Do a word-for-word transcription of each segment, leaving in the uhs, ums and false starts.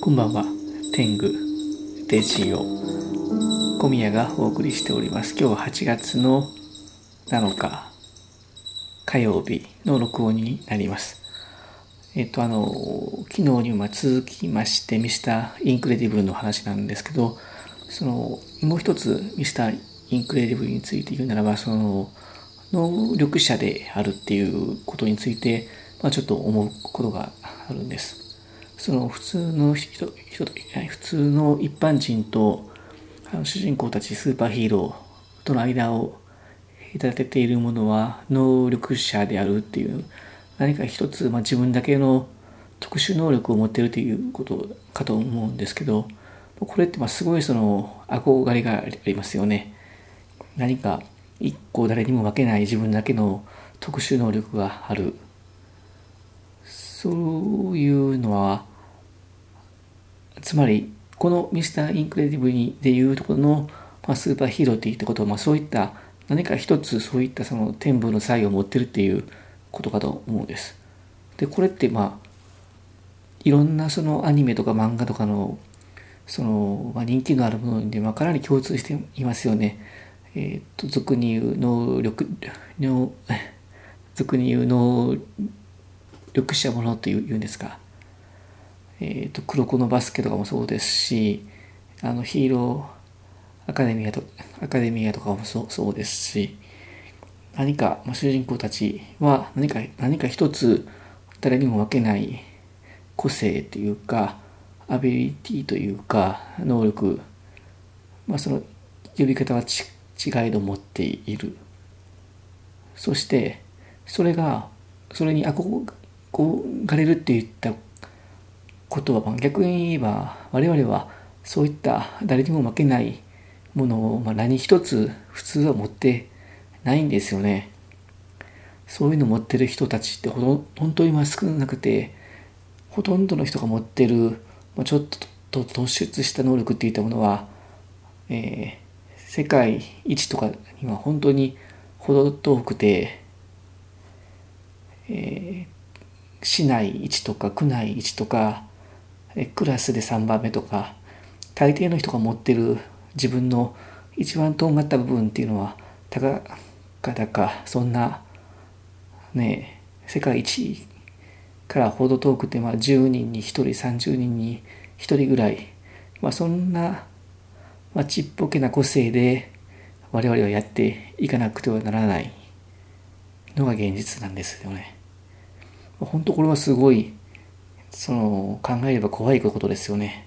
こんばんは。天狗デジオ小宮がお送りしております。今日ははちがつのなのか火曜日の録音になります。えっとあの昨日にも続きましてミスターインクレディブルの話なんですけど、そのもう一つミスターインクレディブルについて言うならば、その能力者であるっていうことについて、まあ、ちょっと思うことがあるんです。その普通の人、人普通の一般人とあの主人公たちスーパーヒーローとの間を隔てているものは能力者であるっていう、何か一つ、まあ、自分だけの特殊能力を持っているということかと思うんですけど、これってまあすごいその憧れがありますよね。何か一個誰にも負けない自分だけの特殊能力がある、そういうのはつまりこのミスターインクレディブルでいうところの、まあ、スーパーヒーローっていったことは、まあ、そういった何か一つそういったその天賦の才を持ってるっていうことかと思うんです。でこれってまあいろんなそのアニメとか漫画とかのその、まあ、人気のあるもので、まあ、かなり共通していますよね。えっ、と俗に言う能力の俗に言う能力者ものというんですか。えー、と黒子のバスケとかもそうですし、あのヒーローアカデミアとアカデミアとかもそうそうですし、何か、まあ、主人公たちは何か何か一つ誰にも負けない個性というかアビリティというか能力、まあ、その呼び方はち違いど持っている。そしてそれがそれに憧れるって言ったことは、逆に言えば我々はそういった誰にも負けないものを、まあ、何一つ普通は持ってないんですよね。そういうのを持ってる人たちってほと本当に今少なくて、ほとんどの人が持ってる、まあ、ちょっと突出した能力っていったものは、えー、世界一とかには本当に程遠くて、えー、市内一とか区内一とかクラスでさんばんめとか、大抵の人が持ってる自分の一番とんがった部分っていうのはたかがだか、そんなね世界一からほど遠くて、まあ、じゅうにんにひとりさんじゅうにんにひとりぐらい、まあ、そんな、まあ、ちっぽけな個性で我々はやっていかなくてはならないのが現実なんですよね。本当これはすごいその考えれば怖いことですよね。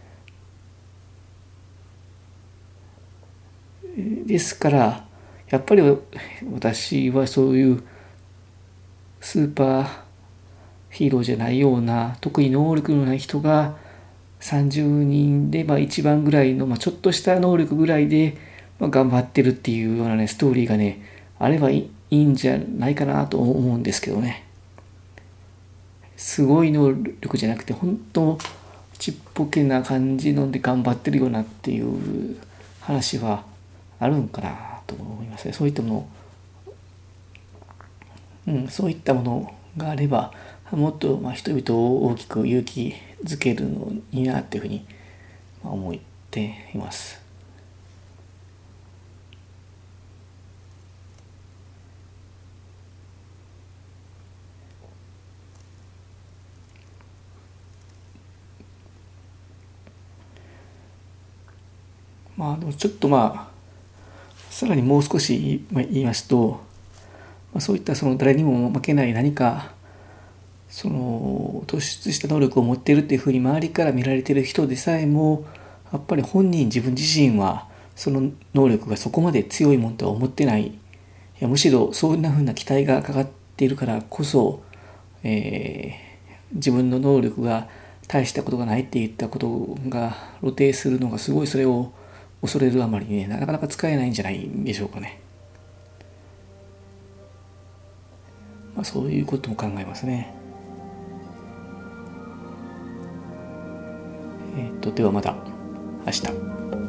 ですからやっぱり私はそういうスーパーヒーローじゃないような特に能力のない人がさんじゅうにんで、まあ、一番ぐらいの、まあ、ちょっとした能力ぐらいで、まあ、頑張ってるっていうようなねストーリーがねあればいい、いいんじゃないかなと思うんですけどね。すごい能力じゃなくて本当ちっぽけな感じので頑張ってるようなっていう話はあるんかなと思いますね。そういったもの、うん、そういったものがあればもっとまあ人々を大きく勇気づけるのになっていうふうに思っています。まあちょっとまあさらにもう少し言いますと、そういったその誰にも負けない何かその突出した能力を持っているっていうふうに周りから見られている人でさえも、やっぱり本人自分自身はその能力がそこまで強いもんとは思ってない。いやむしろそんなふうな期待がかかっているからこそ、えー、自分の能力が大したことがないって言ったことが露呈するのがすごいそれを恐れるあまりね、なかなか使えないんじゃないんでしょうかね。まあ、そういうことも考えますね。えー、とではまた明日。